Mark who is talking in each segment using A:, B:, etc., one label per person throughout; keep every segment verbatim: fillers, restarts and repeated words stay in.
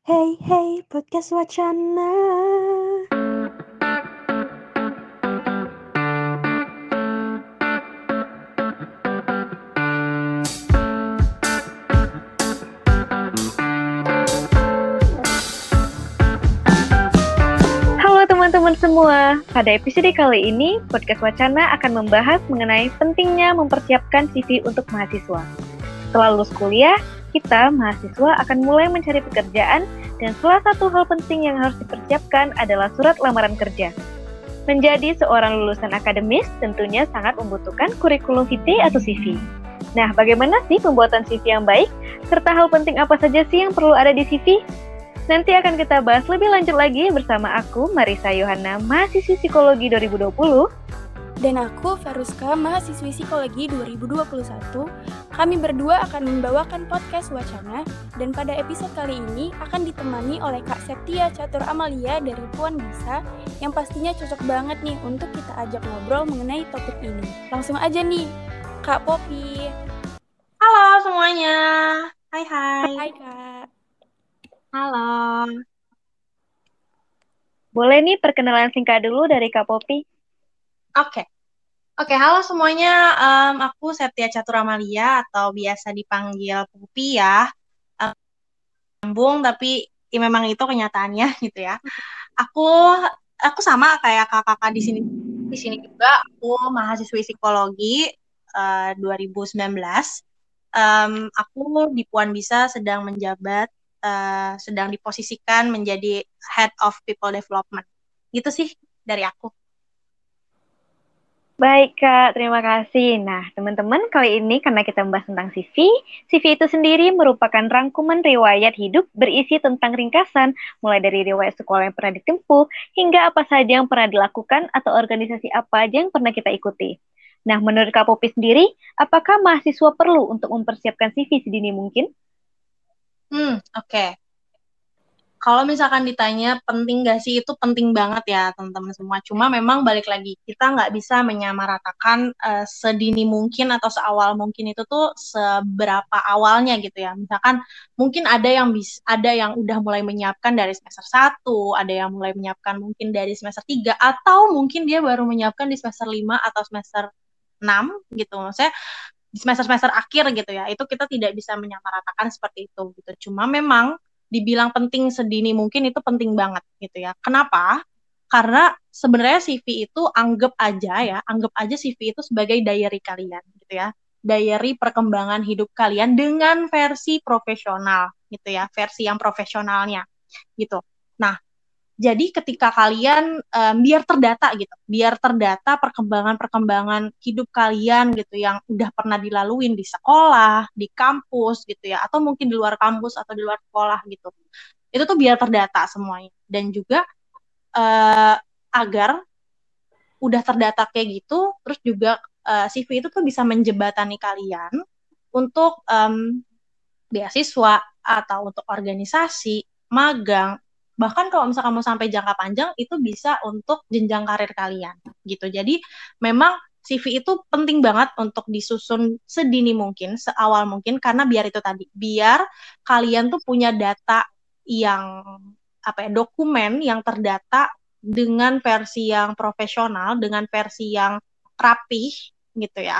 A: Hey hey podcast wacana. Halo teman-teman semua, pada episode kali ini podcast wacana akan membahas mengenai pentingnya mempersiapkan C V untuk mahasiswa. Setelah lulus kuliah, kita mahasiswa akan mulai mencari pekerjaan dan salah satu hal penting yang harus dipersiapkan adalah surat lamaran kerja. Menjadi seorang lulusan akademis tentunya sangat membutuhkan kurikulum vitae atau C V. Nah, bagaimana sih pembuatan C V yang baik? Serta hal penting apa saja sih yang perlu ada di C V? Nanti akan kita bahas lebih lanjut lagi bersama aku, Marisa Yohana, mahasiswi psikologi dua ribu dua puluh.
B: Dan aku, Feruska, mahasiswi psikologi dua ribu dua puluh satu. Kami berdua akan membawakan podcast wacana, dan pada episode kali ini akan ditemani oleh Kak Septia Catur Amalia dari Puan Bisa, yang pastinya cocok banget nih untuk kita ajak ngobrol mengenai topik ini. Langsung aja nih, Kak Poppy.
C: Halo semuanya, hai hai.
B: Hai Kak.
C: Halo.
A: Boleh nih perkenalan singkat dulu dari Kak Poppy?
C: Oke, oke. Halo semuanya, um, aku Septia Catur Amalia atau biasa dipanggil Pupi ya. Um, Sambung tapi ya memang itu kenyataannya gitu ya. Aku aku sama kayak kakak-kakak di sini di sini juga. Aku mahasiswi psikologi uh, dua ribu sembilan belas. Um, aku di Puan Bisa sedang menjabat, uh, sedang diposisikan menjadi Head of People Development. Gitu sih dari aku.
A: Baik Kak, terima kasih. Nah, teman-teman, kali ini karena kita membahas tentang C V, C V itu sendiri merupakan rangkuman riwayat hidup berisi tentang ringkasan, mulai dari riwayat sekolah yang pernah ditempuh, hingga apa saja yang pernah dilakukan atau organisasi apa aja yang pernah kita ikuti. Nah, menurut Kak Popi sendiri, apakah mahasiswa perlu untuk mempersiapkan C V sedini mungkin?
C: Hmm, oke. Okay. Kalau misalkan ditanya penting nggak sih, itu penting banget ya teman-teman semua. Cuma memang balik lagi, kita nggak bisa menyamaratakan uh, sedini mungkin atau seawal mungkin itu tuh seberapa awalnya gitu ya. Misalkan mungkin ada yang bis, ada yang udah mulai menyiapkan dari semester satu, ada yang mulai menyiapkan mungkin dari semester tiga, atau mungkin dia baru menyiapkan di semester lima atau semester enam gitu. Maksudnya di semester-semester akhir gitu ya. Itu kita tidak bisa menyamaratakan seperti itu gitu. Cuma memang dibilang penting sedini mungkin itu penting banget gitu ya. Kenapa? Karena sebenarnya C V itu anggap aja ya, anggap aja C V itu sebagai diary kalian gitu ya. Diary perkembangan hidup kalian dengan versi profesional gitu ya, versi yang profesionalnya gitu. Nah, jadi ketika kalian um, biar terdata gitu, biar terdata perkembangan-perkembangan hidup kalian gitu yang udah pernah dilaluin di sekolah, di kampus gitu ya, atau mungkin di luar kampus atau di luar sekolah gitu. Itu tuh biar terdata semuanya. Dan juga uh, agar udah terdata kayak gitu, terus juga uh, C V itu tuh bisa menjebatani kalian untuk um, beasiswa atau untuk organisasi, magang, bahkan kalau misalkan mau sampai jangka panjang itu bisa untuk jenjang karir kalian gitu. Jadi memang C V itu penting banget untuk disusun sedini mungkin, seawal mungkin, karena biar itu tadi, biar kalian tuh punya data yang apa ya, dokumen yang terdata dengan versi yang profesional, dengan versi yang rapih gitu ya.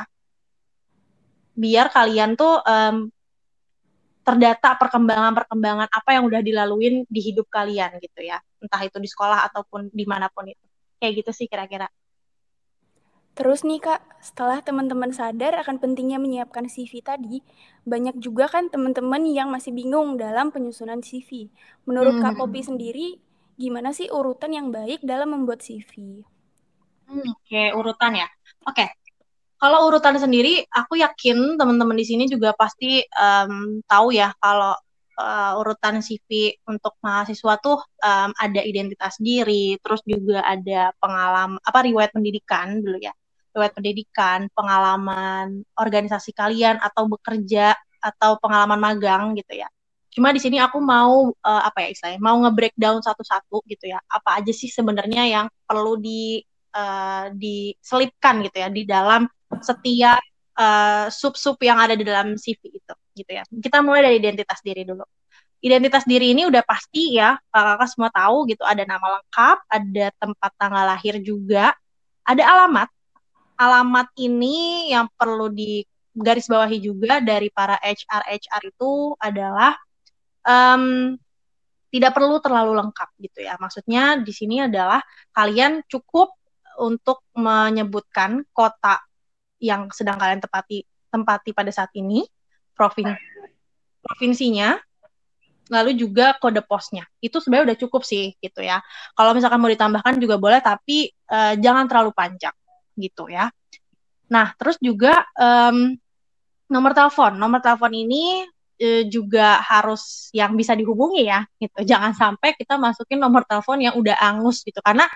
C: Biar kalian tuh um, terdata perkembangan-perkembangan apa yang udah dilaluin di hidup kalian gitu ya. Entah itu di sekolah ataupun dimanapun itu. Kayak gitu sih kira-kira.
B: Terus nih Kak, setelah teman-teman sadar akan pentingnya menyiapkan C V tadi, banyak juga kan teman-teman yang masih bingung dalam penyusunan C V. Menurut Kak Poppy
C: Hmm.
B: sendiri, gimana sih urutan yang baik dalam membuat C V?
C: Hmm, Oke, urutan ya. Oke, kalau urutan sendiri, aku yakin teman-teman di sini juga pasti um, tahu ya kalau uh, urutan C V untuk mahasiswa tuh um, ada identitas diri, terus juga ada pengalaman apa riwayat pendidikan dulu ya, riwayat pendidikan, pengalaman organisasi kalian atau bekerja atau pengalaman magang gitu ya. Cuma di sini aku mau uh, apa ya istilahnya, mau nge-breakdown satu-satu gitu ya. Apa aja sih sebenarnya yang perlu di uh, diselipkan gitu ya di dalam setiap uh, sub-sub yang ada di dalam C V itu gitu ya. Kita mulai dari identitas diri dulu. identitas diri ini udah pasti ya, kakak-kakak semua tahu gitu, ada nama lengkap, ada tempat tanggal lahir juga, ada alamat. Alamat ini yang perlu digarisbawahi juga dari para H R H R itu adalah um, tidak perlu terlalu lengkap gitu ya. Maksudnya di sini adalah kalian cukup untuk menyebutkan kota yang sedang kalian tempati tempati pada saat ini, provin provinsinya, lalu juga kode posnya. Itu sebenarnya udah cukup sih gitu ya. Kalau misalkan mau ditambahkan juga boleh, tapi uh, jangan terlalu panjang gitu ya. Nah, terus juga um, nomor telepon. Nomor telepon ini e, juga harus yang bisa dihubungi ya, gitu. Jangan sampai kita masukin nomor telepon yang udah angus gitu, karena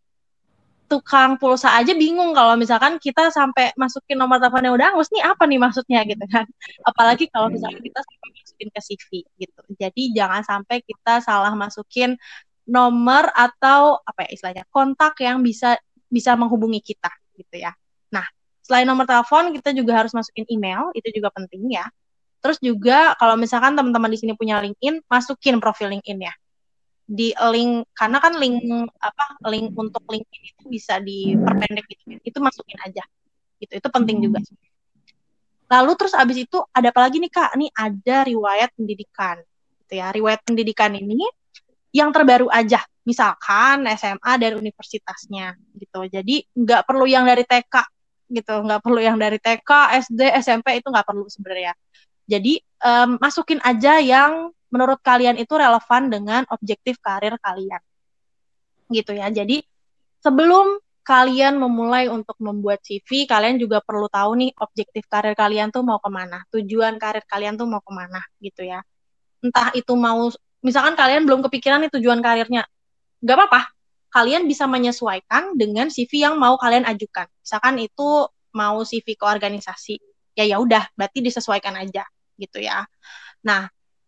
C: tukang pulsa aja bingung kalau misalkan kita sampai masukin nomor telepon yang udah angus, nih apa nih maksudnya gitu kan. Apalagi kalau misalkan kita sampai masukin ke C V gitu. Jadi jangan sampai kita salah masukin nomor atau apa ya istilahnya, kontak yang bisa bisa menghubungi kita gitu ya. Nah, selain nomor telepon, kita juga harus masukin email, itu juga penting ya. Terus juga kalau misalkan teman-teman di sini punya LinkedIn, masukin profil LinkedIn ya. Di link, karena kan link apa link untuk LinkedIn itu bisa diperpendek gitu. Itu masukin aja. Gitu. Itu penting juga. Lalu terus abis itu ada apa lagi nih Kak? Nih ada riwayat pendidikan. Gitu ya. Riwayat pendidikan ini yang terbaru aja, misalkan S M A dari universitasnya gitu. Jadi nggak perlu yang dari T K gitu, nggak perlu yang dari T K, S D, S M P, itu nggak perlu sebenarnya. Jadi um, masukin aja yang menurut kalian itu relevan dengan objektif karir kalian gitu ya. Jadi sebelum kalian memulai untuk membuat C V, kalian juga perlu tahu nih objektif karir kalian tuh mau kemana, tujuan karir kalian tuh mau kemana gitu ya. Entah itu mau, misalkan kalian belum kepikiran nih tujuan karirnya, nggak apa-apa, kalian bisa menyesuaikan dengan C V yang mau kalian ajukan. Misalkan itu mau C V ke organisasi, ya ya udah, berarti disesuaikan aja gitu ya. Nah,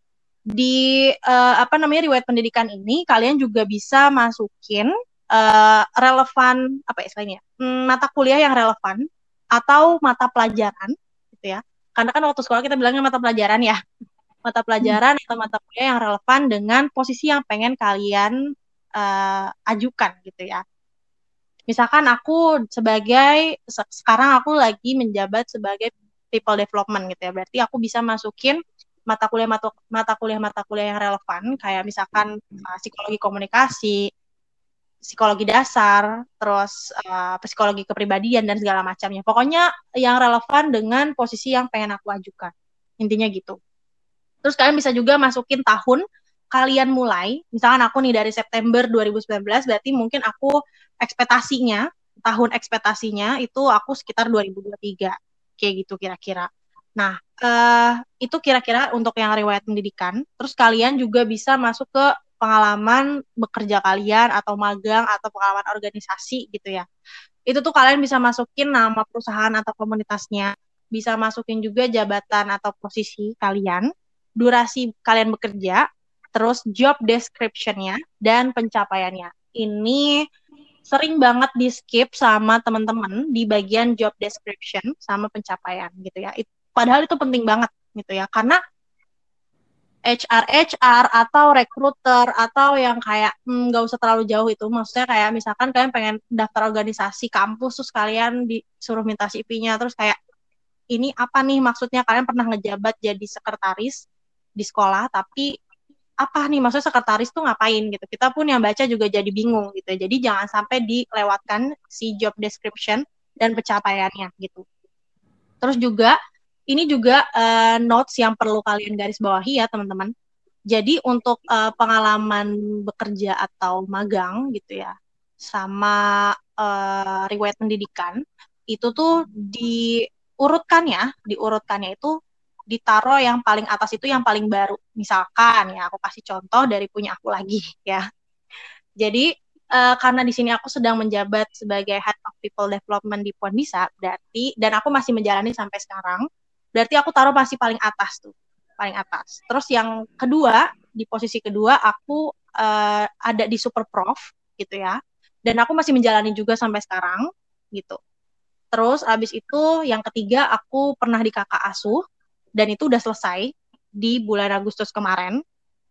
C: di uh, apa namanya riwayat pendidikan ini kalian juga bisa masukin uh, relevan apa ya istilahnya, hmm, mata kuliah yang relevan atau mata pelajaran gitu ya. Karena kan waktu sekolah kita bilangnya mata pelajaran ya. Mata pelajaran atau mata kuliah yang relevan dengan posisi yang pengen kalian uh, ajukan gitu ya. Misalkan aku sebagai, sekarang aku lagi menjabat sebagai people development gitu ya, berarti aku bisa masukin mata kuliah mata, mata kuliah mata kuliah yang relevan, kayak misalkan uh, psikologi komunikasi, psikologi dasar, terus uh, psikologi kepribadian dan segala macamnya. Pokoknya yang relevan dengan posisi yang pengen aku ajukan. Intinya gitu. Terus kalian bisa juga masukin tahun kalian mulai, misalkan aku nih dari September dua ribu sembilan belas, berarti mungkin aku ekspektasinya, tahun ekspektasinya itu aku sekitar dua ribu dua puluh tiga, kayak gitu kira-kira. Nah, uh, itu kira-kira untuk yang riwayat pendidikan. Terus kalian juga bisa masuk ke pengalaman bekerja kalian, atau magang, atau pengalaman organisasi gitu ya. Itu tuh kalian bisa masukin nama perusahaan atau komunitasnya, bisa masukin juga jabatan atau posisi kalian, durasi kalian bekerja, terus job description-nya, dan pencapaiannya. Ini sering banget di skip sama teman-teman di bagian job description sama pencapaian gitu ya. It, padahal itu penting banget gitu ya, karena H R H R atau recruiter atau yang kayak nggak hmm, usah terlalu jauh itu, maksudnya kayak misalkan kalian pengen daftar organisasi kampus, terus kalian disuruh minta C V-nya, terus kayak ini apa nih maksudnya, kalian pernah ngejabat jadi sekretaris di sekolah, tapi apa nih maksudnya sekretaris tuh ngapain gitu, kita pun yang baca juga jadi bingung gitu. Jadi jangan sampai dilewatkan si job description dan pencapaiannya gitu. Terus juga ini juga uh, notes yang perlu kalian garis bawahi ya teman-teman. Jadi untuk uh, pengalaman bekerja atau magang gitu ya, sama uh, riwayat pendidikan, itu tuh diurutkannya, diurutkannya itu ditaruh yang paling atas itu yang paling baru. Misalkan ya, aku kasih contoh dari punya aku lagi ya. Jadi uh, karena di sini aku sedang menjabat sebagai Head of People Development di Puan Bisa, berarti, dan aku masih menjalani sampai sekarang, berarti aku taruh masih paling atas tuh, paling atas. Terus yang kedua, di posisi kedua aku uh, ada di Super Prof gitu ya, dan aku masih menjalani juga sampai sekarang gitu. Terus abis itu yang ketiga aku pernah di kakak asuh, dan itu udah selesai di bulan Agustus kemarin.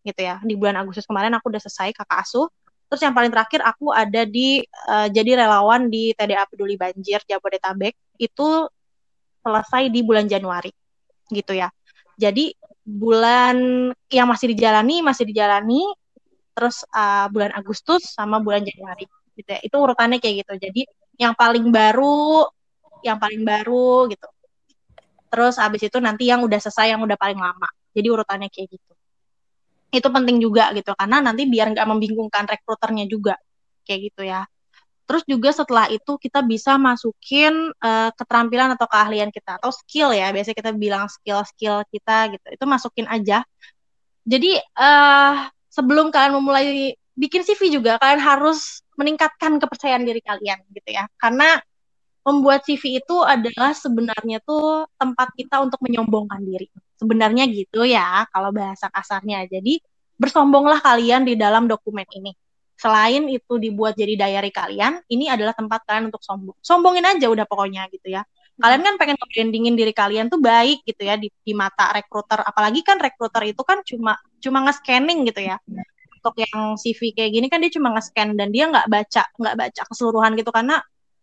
C: gitu ya. Di bulan Agustus kemarin aku udah selesai kakak asuh. Terus yang paling terakhir aku ada di uh, jadi relawan di T D A Peduli Banjir Jabodetabek itu selesai di bulan Januari gitu ya. Jadi bulan yang masih dijalani masih dijalani terus uh, bulan Agustus sama bulan Januari gitu ya. Itu urutannya kayak gitu. Jadi yang paling baru yang paling baru gitu. Terus habis itu nanti yang udah selesai, yang udah paling lama. Jadi urutannya kayak gitu. Itu penting juga gitu, karena nanti biar nggak membingungkan rekruternya juga. Kayak gitu ya. Terus juga setelah itu kita bisa masukin uh, keterampilan atau keahlian kita, atau skill ya, biasanya kita bilang skill-skill kita gitu. Itu masukin aja. Jadi uh, sebelum kalian memulai bikin C V juga, kalian harus meningkatkan kepercayaan diri kalian gitu ya. Karena membuat C V itu adalah sebenarnya tuh tempat kita untuk menyombongkan diri. Sebenarnya gitu ya, kalau bahasa kasarnya. Jadi, bersombonglah kalian di dalam dokumen ini. Selain itu dibuat jadi diary kalian, ini adalah tempat kalian untuk sombong. Sombongin aja udah pokoknya gitu ya. Kalian kan pengen nge-brandingin diri kalian tuh baik gitu ya di, di mata rekruter. Apalagi kan rekruter itu kan cuma cuma nge-scanning gitu ya. Untuk yang C V kayak gini kan dia cuma nge-scan dan dia nggak baca nggak baca keseluruhan gitu, karena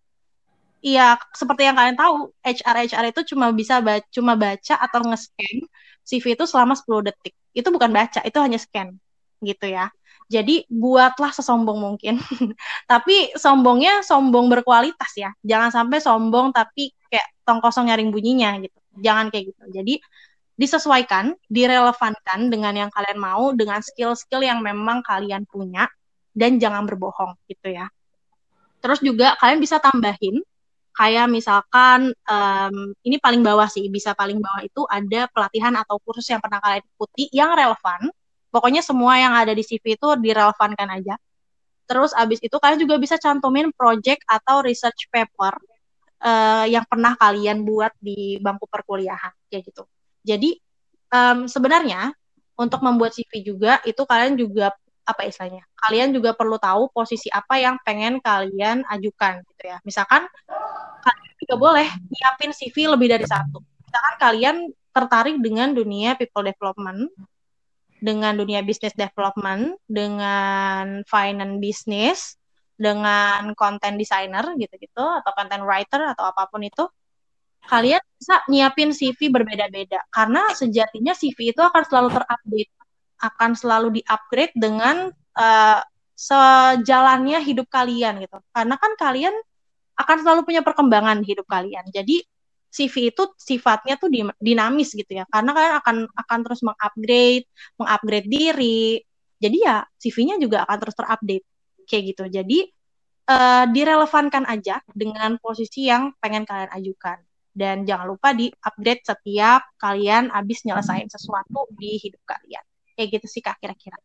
C: iya, seperti yang kalian tahu, H R H R itu cuma bisa baca, cuma baca atau nge-scan C V itu selama sepuluh detik. Itu bukan baca, itu hanya scan. Gitu ya. Jadi, buatlah sesombong mungkin. Tapi sombongnya sombong berkualitas ya. Jangan sampai sombong tapi kayak tong kosong nyaring bunyinya gitu. Jangan kayak gitu. Jadi, disesuaikan, direlevankan dengan yang kalian mau, dengan skill-skill yang memang kalian punya, dan jangan berbohong gitu ya. Terus juga kalian bisa tambahin kayak misalkan um, ini paling bawah sih, bisa paling bawah itu ada pelatihan atau kursus yang pernah kalian ikuti yang relevan. Pokoknya semua yang ada di C V itu direlevankan aja. Terus abis itu kalian juga bisa cantumin project atau research paper uh, yang pernah kalian buat di bangku perkuliahan kayak gitu. Jadi um, sebenarnya untuk membuat C V juga itu kalian juga apa istilahnya? Kalian juga perlu tahu posisi apa yang pengen kalian ajukan gitu ya. Misalkan kalian juga boleh nyiapin C V lebih dari satu. Misalkan kalian tertarik dengan dunia people development, dengan dunia business development, dengan finance business, dengan content designer gitu-gitu, atau content writer, atau apapun itu, kalian bisa nyiapin C V berbeda-beda. Karena sejatinya C V itu akan selalu terupdate, akan selalu di-upgrade dengan uh, sejalannya hidup kalian gitu. Karena kan kalian akan selalu punya perkembangan hidup kalian. Jadi C V itu sifatnya tuh dinamis gitu ya. Karena kalian akan akan terus mengupgrade, mengupgrade diri. Jadi ya C V-nya juga akan terus terupdate kayak gitu. Jadi uh, direlevankan aja dengan posisi yang pengen kalian ajukan. Dan jangan lupa di-upgrade setiap kalian habis nyelesain sesuatu di hidup kalian. Kayak gitu sih Kak kira-kira.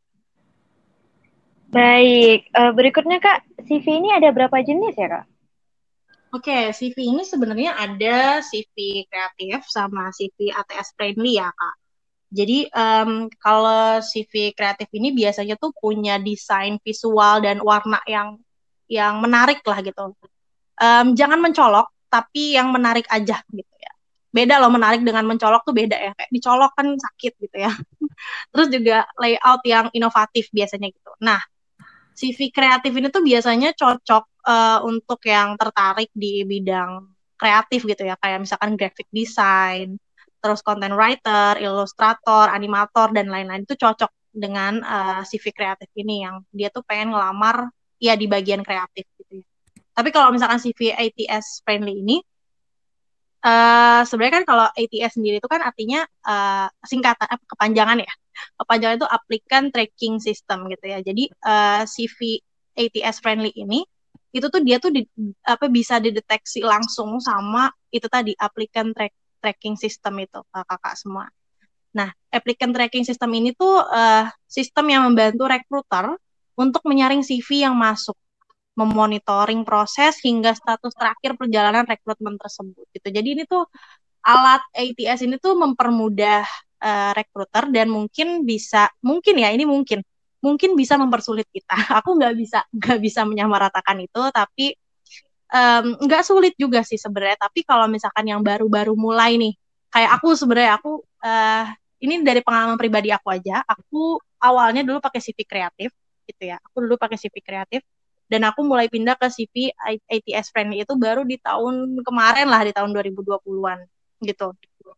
A: Baik, uh, berikutnya Kak, C V ini ada berapa jenis ya Kak?
C: Oke, okay, C V ini sebenarnya ada C V kreatif sama C V A T S friendly ya, Kak. Jadi, um, kalau C V kreatif ini biasanya tuh punya desain visual dan warna yang yang menarik lah gitu. Um, jangan mencolok, tapi yang menarik aja gitu ya. Beda loh, menarik dengan mencolok tuh beda ya. Kayak dicolok kan sakit gitu ya. Terus juga layout yang inovatif biasanya gitu. Nah, C V kreatif ini tuh biasanya cocok uh, untuk yang tertarik di bidang kreatif gitu ya, kayak misalkan graphic design, terus content writer, ilustrator, animator, dan lain-lain itu cocok dengan uh, C V kreatif ini yang dia tuh pengen ngelamar ya di bagian kreatif gitu ya. Tapi kalau misalkan C V A T S friendly ini, Uh, sebenarnya kan kalau A T S sendiri itu kan artinya uh, singkatan apa kepanjangan ya. Kepanjangan itu applicant tracking system gitu ya. Jadi uh, C V A T S friendly ini itu tuh dia tuh di, apa bisa dideteksi langsung sama itu tadi applicant track, tracking system itu uh, kakak semua. Nah, applicant tracking system ini tuh uh, sistem yang membantu rekruter untuk menyaring C V yang masuk, memonitoring proses hingga status terakhir perjalanan rekrutmen tersebut gitu. Jadi ini tuh alat A T S ini tuh mempermudah uh, rekruter dan mungkin bisa mungkin ya ini mungkin mungkin bisa mempersulit kita. Aku nggak bisa nggak bisa menyamaratakan itu, tapi nggak um, sulit juga sih sebenarnya. Tapi kalau misalkan yang baru-baru mulai nih, kayak aku sebenarnya aku uh, ini dari pengalaman pribadi aku aja, aku awalnya dulu pakai C V kreatif gitu ya. Aku dulu pakai C V kreatif dan aku mulai pindah ke C V A T S friendly itu baru di tahun kemarin lah, di tahun dua ribu dua puluhan gitu.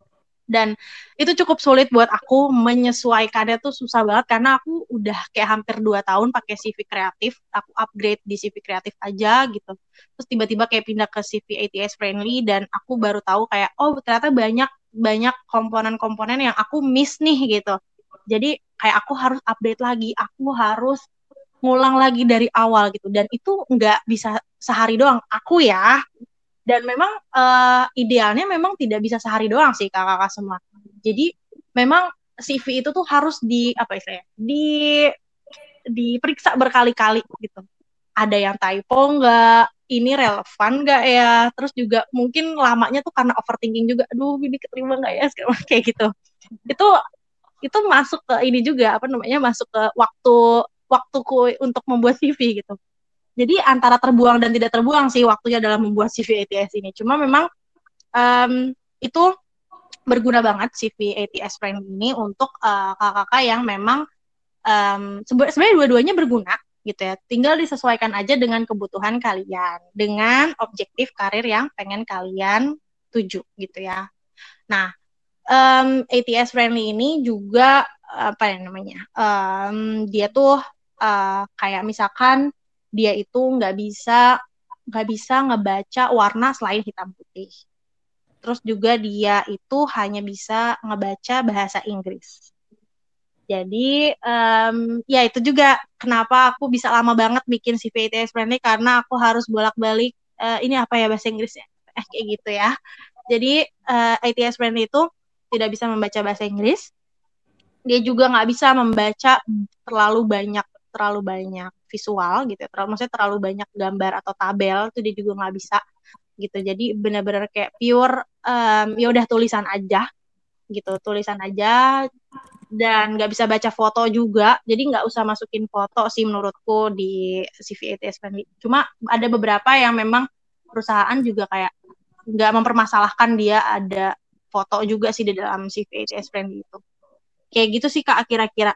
C: Dan itu cukup sulit buat aku menyesuaikannya, tuh susah banget karena aku udah kayak hampir dua tahun pakai C V kreatif, aku upgrade di C V kreatif aja gitu. Terus tiba-tiba kayak pindah ke C V A T S friendly dan aku baru tahu kayak oh ternyata banyak banyak komponen-komponen yang aku miss nih gitu. Jadi kayak aku harus update lagi, aku harus ngulang lagi dari awal gitu. Dan itu nggak bisa sehari doang, aku ya. Dan memang uh, idealnya memang tidak bisa sehari doang sih kakak-kakak semua. Jadi memang C V itu tuh harus di apa istilahnya? Di diperiksa berkali-kali gitu. Ada yang typo nggak? Ini relevan nggak ya? Terus juga mungkin lamanya tuh karena overthinking juga. Aduh, ini keterima nggak ya? Kayak gitu. Itu itu masuk ke ini juga apa namanya? Masuk ke waktu waktuku untuk membuat C V gitu. Jadi antara terbuang dan tidak terbuang sih waktunya dalam membuat C V A T S ini. Cuma memang um, itu berguna banget C V A T S friendly ini untuk uh, kakak-kakak yang memang um, sebenarnya dua-duanya berguna gitu ya. Tinggal disesuaikan aja dengan kebutuhan kalian, dengan objektif karir yang pengen kalian tuju gitu ya. Nah, um, A T S friendly ini juga apa ya namanya? Um, dia tuh uh, kayak misalkan dia itu nggak bisa nggak bisa ngebaca warna selain hitam putih. Terus juga dia itu hanya bisa ngebaca bahasa Inggris. Jadi um, ya itu juga kenapa aku bisa lama banget bikin C V A T S friendly, karena aku harus bolak-balik uh, ini apa ya bahasa Inggrisnya eh kayak gitu ya. Jadi uh, A T S friendly itu tidak bisa membaca bahasa Inggris. Dia juga nggak bisa membaca terlalu banyak terlalu banyak visual gitu ya, terlalu, maksudnya terlalu banyak gambar atau tabel itu dia juga nggak bisa gitu. Jadi benar-benar kayak pure um, ya udah tulisan aja gitu, tulisan aja, dan nggak bisa baca foto juga. Jadi nggak usah masukin foto sih menurutku di C V A T S friendly. Cuma ada beberapa yang memang perusahaan juga kayak nggak mempermasalahkan dia ada foto juga sih di dalam C V A T S friendly itu. Kayak gitu sih Kak kira-kira.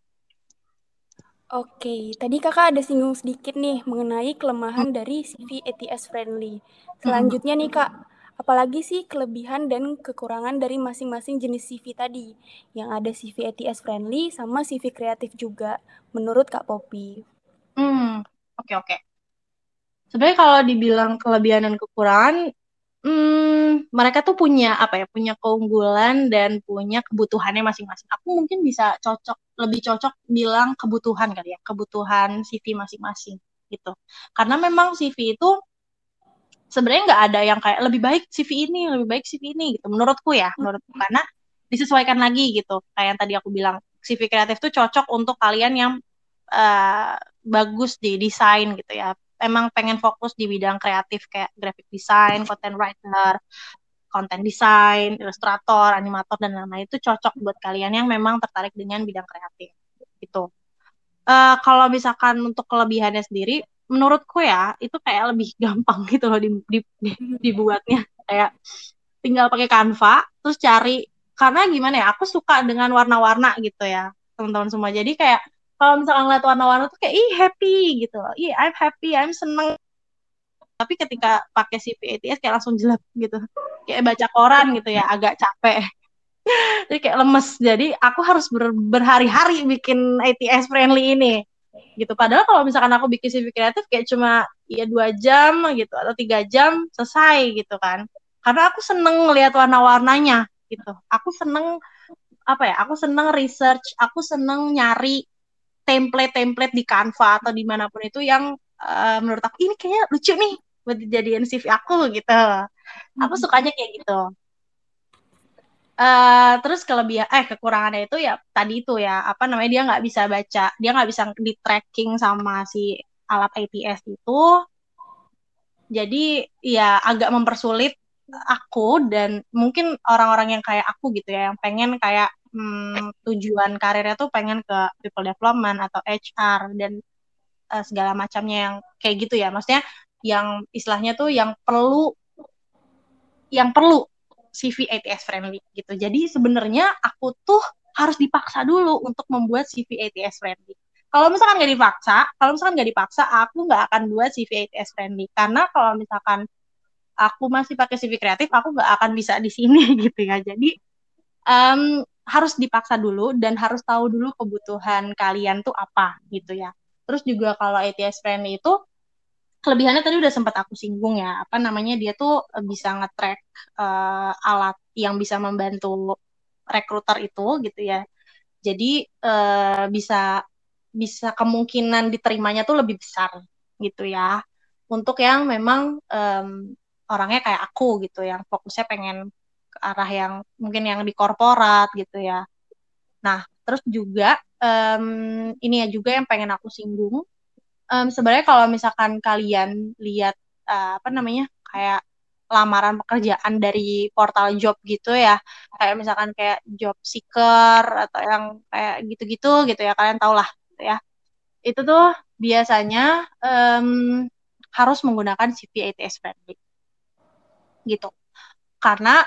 B: Oke, tadi kakak ada singgung sedikit nih mengenai kelemahan dari C V A T S friendly. Selanjutnya nih kak, apalagi sih kelebihan dan kekurangan dari masing-masing jenis C V tadi? Yang ada C V A T S friendly sama C V kreatif juga, menurut Kak Poppy.
C: Hmm, oke oke. Sebenarnya kalau dibilang kelebihan dan kekurangan, hmm, mereka tuh punya apa ya, punya keunggulan dan punya kebutuhannya masing-masing. Aku mungkin bisa cocok, lebih cocok bilang kebutuhan kali ya, kebutuhan C V masing-masing gitu. Karena memang C V itu sebenarnya nggak ada yang kayak lebih baik C V ini, lebih baik C V ini gitu. Menurutku ya, menurutku karena disesuaikan lagi gitu. Kayak yang tadi aku bilang, C V kreatif tuh cocok untuk kalian yang uh, bagus di desain gitu ya. Emang pengen fokus di bidang kreatif kayak graphic design, content writer, content design, ilustrator, animator dan lain-lain, itu cocok buat kalian yang memang tertarik dengan bidang kreatif gitu. Uh, kalau misalkan untuk kelebihannya sendiri, menurutku ya itu kayak lebih gampang gitu loh di, di, di, dibuatnya. Kayak tinggal pakai Canva, terus cari, karena gimana ya, aku suka dengan warna-warna gitu ya teman-teman semua. Jadi kayak kalau misalkan ngeliat warna-warna tuh kayak ih happy gitu, ih I'm happy, I'm seneng. Tapi ketika pakai C V A T S kayak langsung jelek gitu, kayak baca koran gitu ya, agak capek. Jadi kayak lemes. Jadi aku harus ber, berhari-hari bikin A T S friendly ini gitu. Padahal kalau misalkan aku bikin C V kreatif kayak cuma ya dua jam gitu atau tiga jam selesai gitu kan. Karena aku seneng ngelihat warna-warnanya gitu. Aku seneng apa ya? Aku seneng research. Aku seneng nyari template-template di Canva atau dimanapun itu yang uh, menurut aku ini kayaknya lucu nih buat dijadiin C V aku gitu. Aku sukanya kayak gitu. Uh, terus kelebihan eh kekurangannya itu ya tadi itu ya apa namanya, dia nggak bisa baca, dia nggak bisa di tracking sama si alat A T S itu, jadi ya agak mempersulit aku dan mungkin orang-orang yang kayak aku gitu ya, yang pengen kayak hmm, tujuan karirnya tuh pengen ke people development atau H R dan uh, segala macamnya yang kayak gitu ya, maksudnya yang istilahnya tuh yang perlu yang perlu C V A T S friendly gitu. Jadi sebenarnya aku tuh harus dipaksa dulu untuk membuat C V A T S friendly. Kalau misalkan nggak dipaksa, kalau misalkan nggak dipaksa, aku nggak akan buat C V A T S friendly. Karena kalau misalkan aku masih pakai C V kreatif, aku nggak akan bisa di sini gitu ya. Jadi um, harus dipaksa dulu dan harus tahu dulu kebutuhan kalian tuh apa gitu ya. Terus juga kalau A T S friendly itu kelebihannya tadi udah sempat aku singgung ya. Apa namanya, dia tuh bisa nge-track uh, alat yang bisa membantu rekruter itu gitu ya. Jadi uh, bisa bisa kemungkinan diterimanya tuh lebih besar gitu ya. Untuk yang memang um, orangnya kayak aku gitu, yang fokusnya pengen ke arah yang mungkin yang di korporat gitu ya. Nah, terus juga um, ini ya juga yang pengen aku singgung. Um, sebenarnya kalau misalkan kalian lihat uh, apa namanya kayak lamaran pekerjaan dari portal job gitu ya, kayak misalkan kayak job seeker atau yang kayak gitu-gitu gitu ya, kalian tau lah gitu ya. Itu tuh biasanya um, harus menggunakan C V A T S friendly gitu. Karena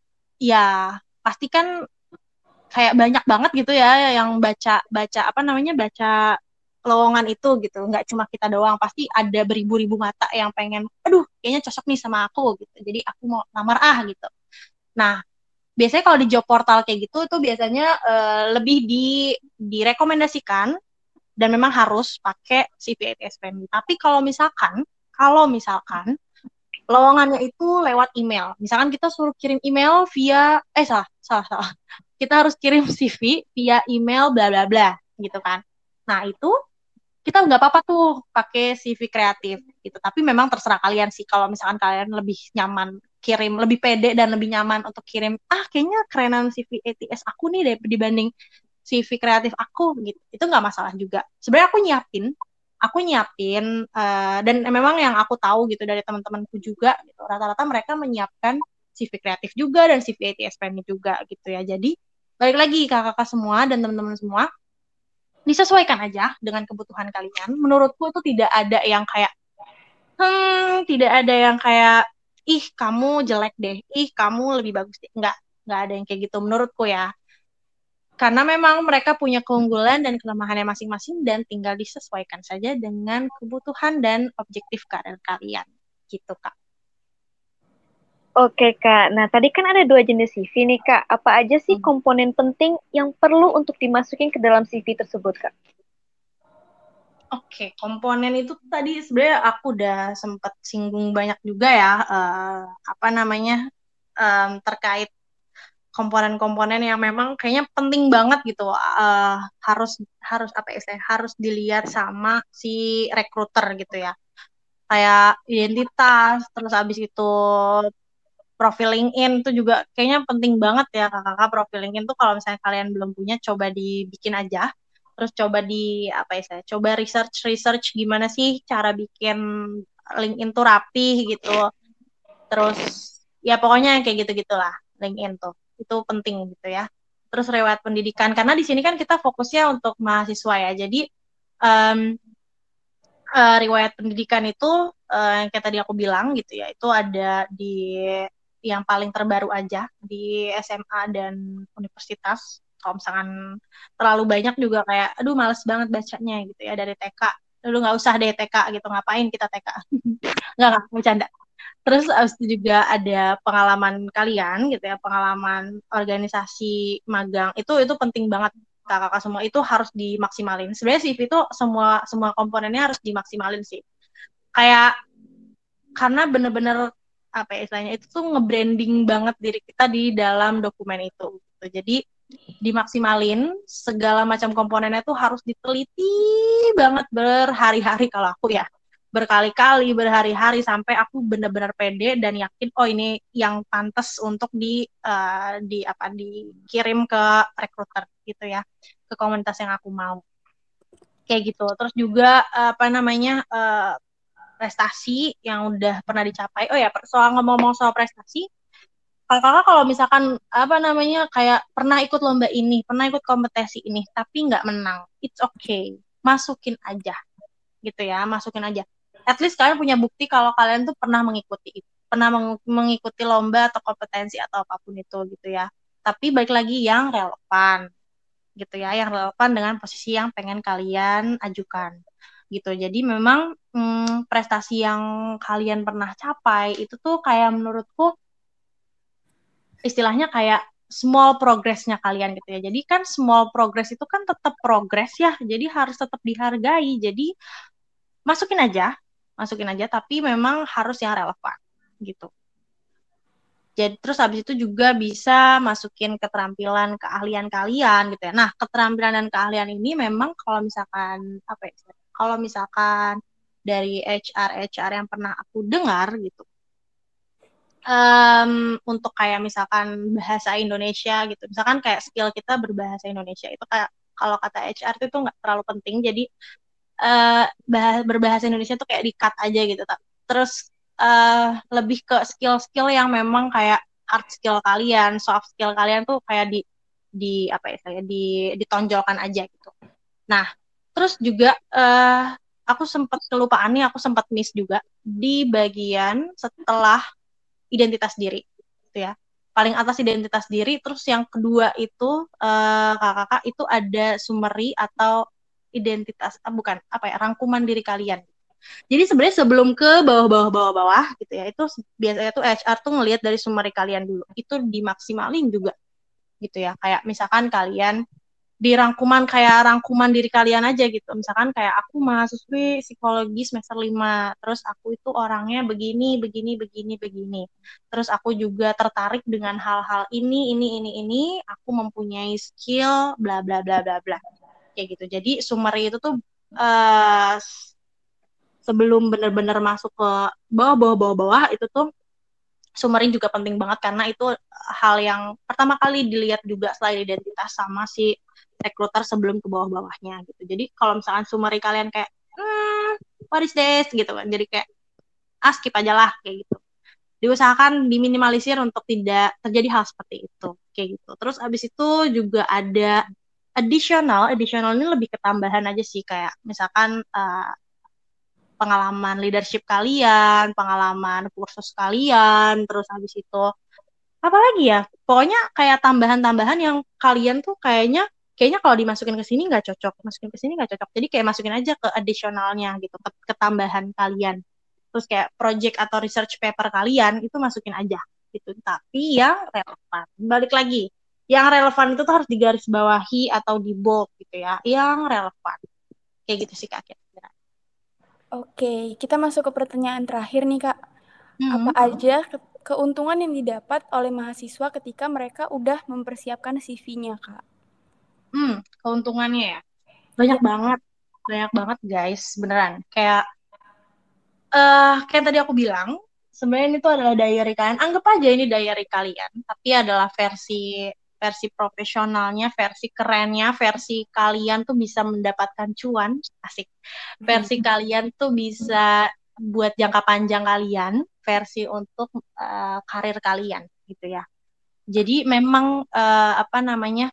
C: ya pasti kan kayak banyak banget gitu ya yang baca baca apa namanya baca lowongan itu gitu. Nggak cuma kita doang, pasti ada beribu-ribu mata yang pengen, aduh kayaknya cocok nih sama aku gitu. Jadi aku mau lamar ah gitu. Nah, biasanya kalau di job portal kayak gitu itu biasanya uh, lebih di direkomendasikan dan memang harus pakai C V A T S friendly. Tapi kalau misalkan kalau misalkan lowongannya itu lewat email. Misalkan kita suruh kirim email via eh salah, salah, salah. Kita harus kirim C V via email bla bla bla gitu kan. Nah, itu kita nggak apa-apa tuh pakai C V kreatif gitu. Tapi memang terserah kalian sih, kalau misalkan kalian lebih nyaman kirim, lebih pede dan lebih nyaman untuk kirim, ah kayaknya kerenan C V A T S aku nih dibanding C V kreatif aku gitu. Itu nggak masalah juga. Sebenarnya aku nyiapin aku nyiapin uh, dan memang yang aku tahu gitu dari teman-temanku juga gitu, rata-rata mereka menyiapkan C V kreatif juga dan C V A T S friendly juga gitu ya. Jadi balik lagi kakak-kakak semua dan teman-teman semua, disesuaikan aja dengan kebutuhan kalian. Menurutku itu tidak ada yang kayak hmm tidak ada yang kayak ih kamu jelek deh, ih kamu lebih bagus deh. Enggak, enggak ada yang kayak gitu menurutku ya. Karena memang mereka punya keunggulan dan kelemahannya masing-masing dan tinggal disesuaikan saja dengan kebutuhan dan objektif karir kalian. Gitu, Kak.
A: Oke, Kak. Nah, tadi kan ada dua jenis C V nih, Kak. Apa aja sih komponen penting yang perlu untuk dimasukin ke dalam C V tersebut, Kak?
C: Oke, komponen itu tadi sebenarnya aku udah sempat singgung banyak juga ya, uh, apa namanya, um, terkait komponen-komponen yang memang kayaknya penting banget gitu, uh, harus harus apa ya, harus dilihat sama si rekruter gitu ya. Kayak identitas, terus abis itu profil LinkedIn itu juga kayaknya penting banget ya kakak-kakak. Profil LinkedIn tuh kalau misalnya kalian belum punya, coba dibikin aja. Terus coba di apa ya saya, coba research research gimana sih cara bikin LinkedIn tuh rapi gitu. Terus ya pokoknya kayak gitu-gitulah LinkedIn tuh. Itu penting gitu ya. Terus riwayat pendidikan, karena di sini kan kita fokusnya untuk mahasiswa ya. Jadi um, uh, riwayat pendidikan itu uh, yang kayak tadi aku bilang gitu ya, itu ada di yang paling terbaru aja di S M A dan universitas. Kalau misalkan terlalu banyak juga kayak, aduh males banget bacanya gitu ya dari T K. Dulu nggak usah deh T K gitu, ngapain kita T K? Nggak, nggak, bercanda. Terus abis itu juga ada pengalaman kalian gitu ya, pengalaman organisasi magang, itu itu penting banget kakak-kakak semua, itu harus dimaksimalin. Sebenarnya C V itu semua semua komponennya harus dimaksimalin sih. Kayak karena bener-bener apa ya istilahnya, itu tuh nge-branding banget diri kita di dalam dokumen itu gitu. Jadi dimaksimalin segala macam komponennya tuh harus diteliti banget berhari-hari, kalau aku ya berkali-kali, berhari-hari, sampai aku benar-benar pede dan yakin oh ini yang pantas untuk di uh, di apa dikirim ke rekruter gitu ya, ke komunitas yang aku mau kayak gitu. Terus juga apa namanya uh, prestasi yang udah pernah dicapai. Oh ya, soal ngomong-ngomong soal prestasi, kakak kalau misalkan apa namanya kayak pernah ikut lomba ini, pernah ikut kompetisi ini, tapi nggak menang, it's okay, masukin aja gitu ya, masukin aja. At least kalian punya bukti kalau kalian tuh pernah mengikuti itu, pernah meng- mengikuti lomba atau kompetensi atau apapun itu gitu ya. Tapi balik lagi yang relevan. gitu ya, yang relevan dengan posisi yang pengen kalian ajukan gitu. Jadi memang hmm, prestasi yang kalian pernah capai itu tuh kayak menurutku istilahnya kayak small progress-nya kalian gitu ya. Jadi kan small progress itu kan tetap progress ya, jadi harus tetap dihargai. Jadi masukin aja, masukin aja, tapi memang harus yang relevan gitu. Jadi terus habis itu juga bisa masukin keterampilan keahlian kalian gitu ya. Nah, keterampilan dan keahlian ini memang kalau misalkan apa ya? Kalau misalkan dari H R H R yang pernah aku dengar gitu. Um, untuk kayak misalkan bahasa Indonesia gitu. Misalkan kayak skill kita berbahasa Indonesia itu kayak kalau kata H R itu nggak terlalu penting. Jadi uh, bahas, berbahasa Indonesia tuh kayak di-cut aja gitu. Terus uh, lebih ke skill-skill yang memang kayak hard skill kalian, soft skill kalian tuh kayak di di apa ya saya di ditonjolkan aja gitu. Nah, terus juga uh, aku sempat kelupaan nih, aku sempat miss juga di bagian setelah identitas diri gitu ya. Paling atas identitas diri, terus yang kedua itu uh, kakak-kakak itu ada summary atau identitas ah, bukan apa ya rangkuman diri kalian. Jadi sebenarnya sebelum ke bawah-bawah-bawah-bawah gitu ya, itu biasanya tuh H R tuh ngelihat dari summary kalian dulu. Itu dimaksimalin juga gitu ya. Kayak misalkan kalian di rangkuman kayak rangkuman diri kalian aja gitu. Misalkan kayak aku mahasiswi psikologi semester lima, terus aku itu orangnya begini, begini, begini, begini. Terus aku juga tertarik dengan hal-hal ini, ini, ini, ini, aku mempunyai skill bla bla bla bla bla. Kayak gitu. Jadi summary itu tuh uh, sebelum benar-benar masuk ke bawah-bawah-bawah-bawah itu tuh summary juga penting banget karena itu hal yang pertama kali dilihat juga selain identitas sama si rekruter sebelum ke bawah-bawahnya gitu. Jadi kalau misalkan summary kalian kayak hmm, what is this gitu kan. Jadi kayak ah skip aja lah kayak gitu. Diusahakan diminimalisir untuk tidak terjadi hal seperti itu kayak gitu. Terus abis itu juga ada additional, additional ini lebih ketambahan aja sih kayak misalkan uh, pengalaman leadership kalian, pengalaman kursus kalian, terus habis itu apa lagi ya? Pokoknya kayak tambahan-tambahan yang kalian tuh kayaknya kayaknya kalau dimasukin ke sini nggak cocok, masukin ke sini nggak cocok. Jadi kayak masukin aja ke additionalnya gitu, ke ketambahan kalian. Terus kayak project atau research paper kalian itu masukin aja gitu. Tapi yang relevan. Balik lagi, yang relevan itu tuh harus digarisbawahi atau di bold gitu ya. Yang relevan. Kayak gitu sih Kak kira-kira.
B: Oke, kita masuk ke pertanyaan terakhir nih Kak. Apa
C: Hmm.
B: aja ke- keuntungan yang didapat oleh mahasiswa ketika mereka udah mempersiapkan C V-nya Kak?
C: Hmm, keuntungannya ya. Banyak
B: Iya.
C: banget. Banyak banget guys, beneran. Kayak uh, kayak tadi aku bilang, sebenarnya ini tuh adalah diary kalian. Anggap aja ini diary kalian, tapi adalah versi versi profesionalnya, versi kerennya, versi kalian tuh bisa mendapatkan cuan, asik. Versi kalian tuh bisa buat jangka panjang kalian, versi untuk uh, karir kalian gitu ya. Jadi memang uh, apa namanya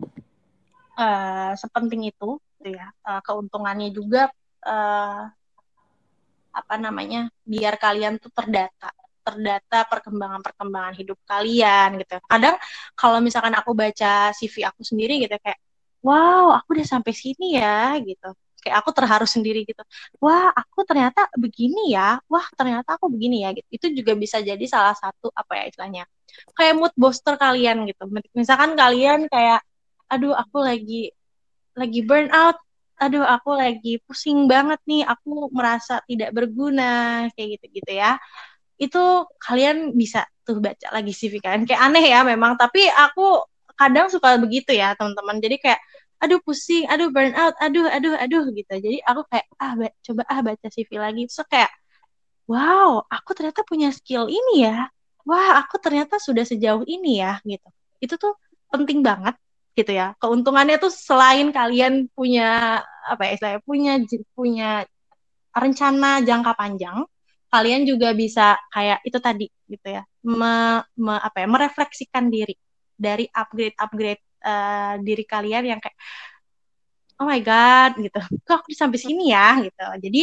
C: uh, sepenting itu, gitu ya. Uh, keuntungannya juga uh, apa namanya biar kalian tuh terdata terdata perkembangan-perkembangan hidup kalian gitu. Kadang kalau misalkan aku baca C V aku sendiri gitu kayak wow, aku udah sampai sini ya gitu. Kayak aku terharu sendiri gitu. Wah, aku ternyata begini ya. Wah, ternyata aku begini ya gitu. Itu juga bisa jadi salah satu apa ya istilahnya. Kayak mood booster kalian gitu. Misalkan kalian kayak aduh aku lagi lagi burn out, aduh aku lagi pusing banget nih, aku merasa tidak berguna, kayak gitu-gitu ya. Itu kalian bisa tuh baca lagi C V kalian. Kayak aneh ya memang, tapi aku kadang suka begitu ya teman-teman. Jadi kayak, aduh pusing, aduh burn out, aduh, aduh, aduh gitu. Jadi aku kayak, ah ba- coba ah baca C V lagi. So kayak, wow, aku ternyata punya skill ini ya. Wah, aku ternyata sudah sejauh ini ya gitu. Itu tuh penting banget gitu ya. Keuntungannya tuh selain kalian punya apa ya, saya punya punya rencana jangka panjang, kalian juga bisa kayak itu tadi gitu ya. Me, me, apa ya, merefleksikan diri dari upgrade-upgrade uh, diri kalian yang kayak oh my god gitu. Kok aku sampai sini ya gitu. Jadi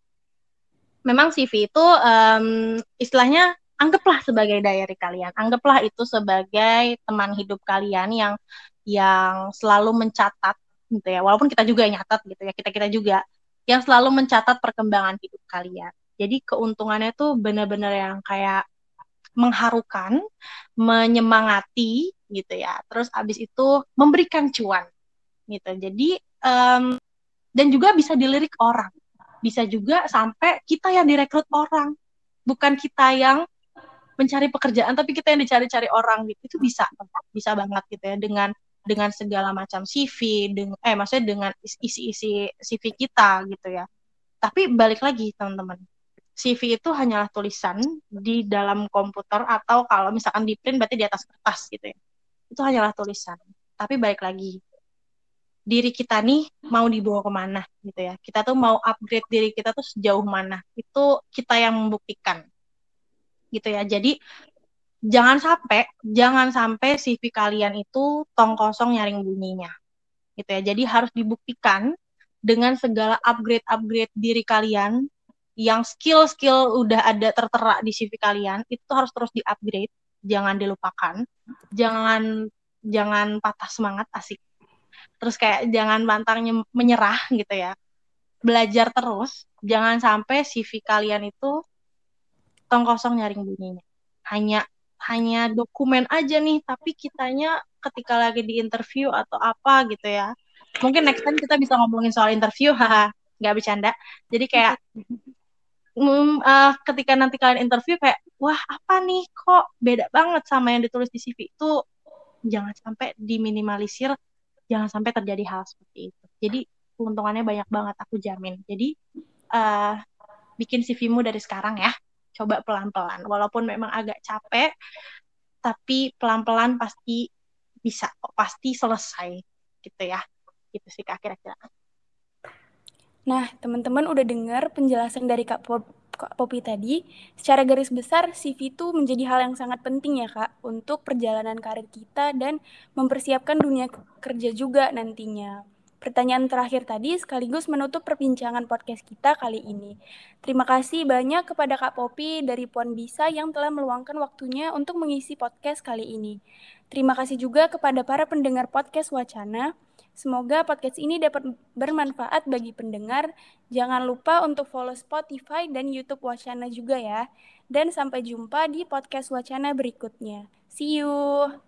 C: memang C V itu um, istilahnya anggaplah sebagai diary kalian, anggaplah itu sebagai teman hidup kalian yang yang selalu mencatat gitu ya, walaupun kita juga yang nyatat gitu ya, kita-kita juga yang selalu mencatat perkembangan hidup kalian. Jadi keuntungannya tuh benar-benar yang kayak mengharukan, menyemangati gitu ya. Terus abis itu memberikan cuan gitu. Jadi um, dan juga bisa dilirik orang. Bisa juga sampai kita yang direkrut orang. Bukan kita yang mencari pekerjaan, tapi kita yang dicari-cari orang gitu. Itu bisa, bisa banget gitu ya dengan dengan segala macam C V, dengan, eh maksudnya dengan isi-isi C V kita gitu ya. Tapi balik lagi teman-teman, C V itu hanyalah tulisan di dalam komputer atau kalau misalkan di print berarti di atas kertas gitu ya. Itu hanyalah tulisan. Tapi balik lagi, diri kita nih mau dibawa kemana gitu ya. Kita tuh mau upgrade diri kita tuh sejauh mana. Itu kita yang membuktikan gitu ya. Jadi jangan sampai jangan sampai C V kalian itu tong kosong nyaring bunyinya gitu ya. Jadi harus dibuktikan dengan segala upgrade-upgrade diri kalian yang skill-skill udah ada tertera di C V kalian itu harus terus di-upgrade, jangan dilupakan. Jangan jangan patah semangat, asik. Terus kayak jangan pantang menyerah gitu ya. Belajar terus, jangan sampai C V kalian itu tong kosong nyaring bunyinya. Hanya hanya dokumen aja nih, tapi kitanya ketika lagi di interview atau apa gitu ya. Mungkin next time kita bisa ngomongin soal interview, haha, nggak bercanda. Jadi kayak mm, uh, ketika nanti kalian interview kayak, wah apa nih kok beda banget sama yang ditulis di C V itu, jangan sampai diminimalisir, jangan sampai terjadi hal seperti itu. Jadi keuntungannya banyak banget, aku jamin. Jadi uh, bikin C V-mu dari sekarang ya. Coba pelan-pelan. Walaupun memang agak capek, tapi pelan-pelan pasti bisa kok, pasti selesai gitu ya. Gitu sih Kak kira-kira.
B: Nah, teman-teman udah dengar penjelasan dari Kak Pop Kak Popi tadi. Secara garis besar, C V itu menjadi hal yang sangat penting ya Kak, untuk perjalanan karir kita dan mempersiapkan dunia kerja juga nantinya. Pertanyaan terakhir tadi sekaligus menutup perbincangan podcast kita kali ini. Terima kasih banyak kepada Kak Popi dari Puan Bisa yang telah meluangkan waktunya untuk mengisi podcast kali ini. Terima kasih juga kepada para pendengar podcast Wacana. Semoga podcast ini dapat bermanfaat bagi pendengar. Jangan lupa untuk follow Spotify dan YouTube Wacana juga ya. Dan sampai jumpa di podcast Wacana berikutnya. See you!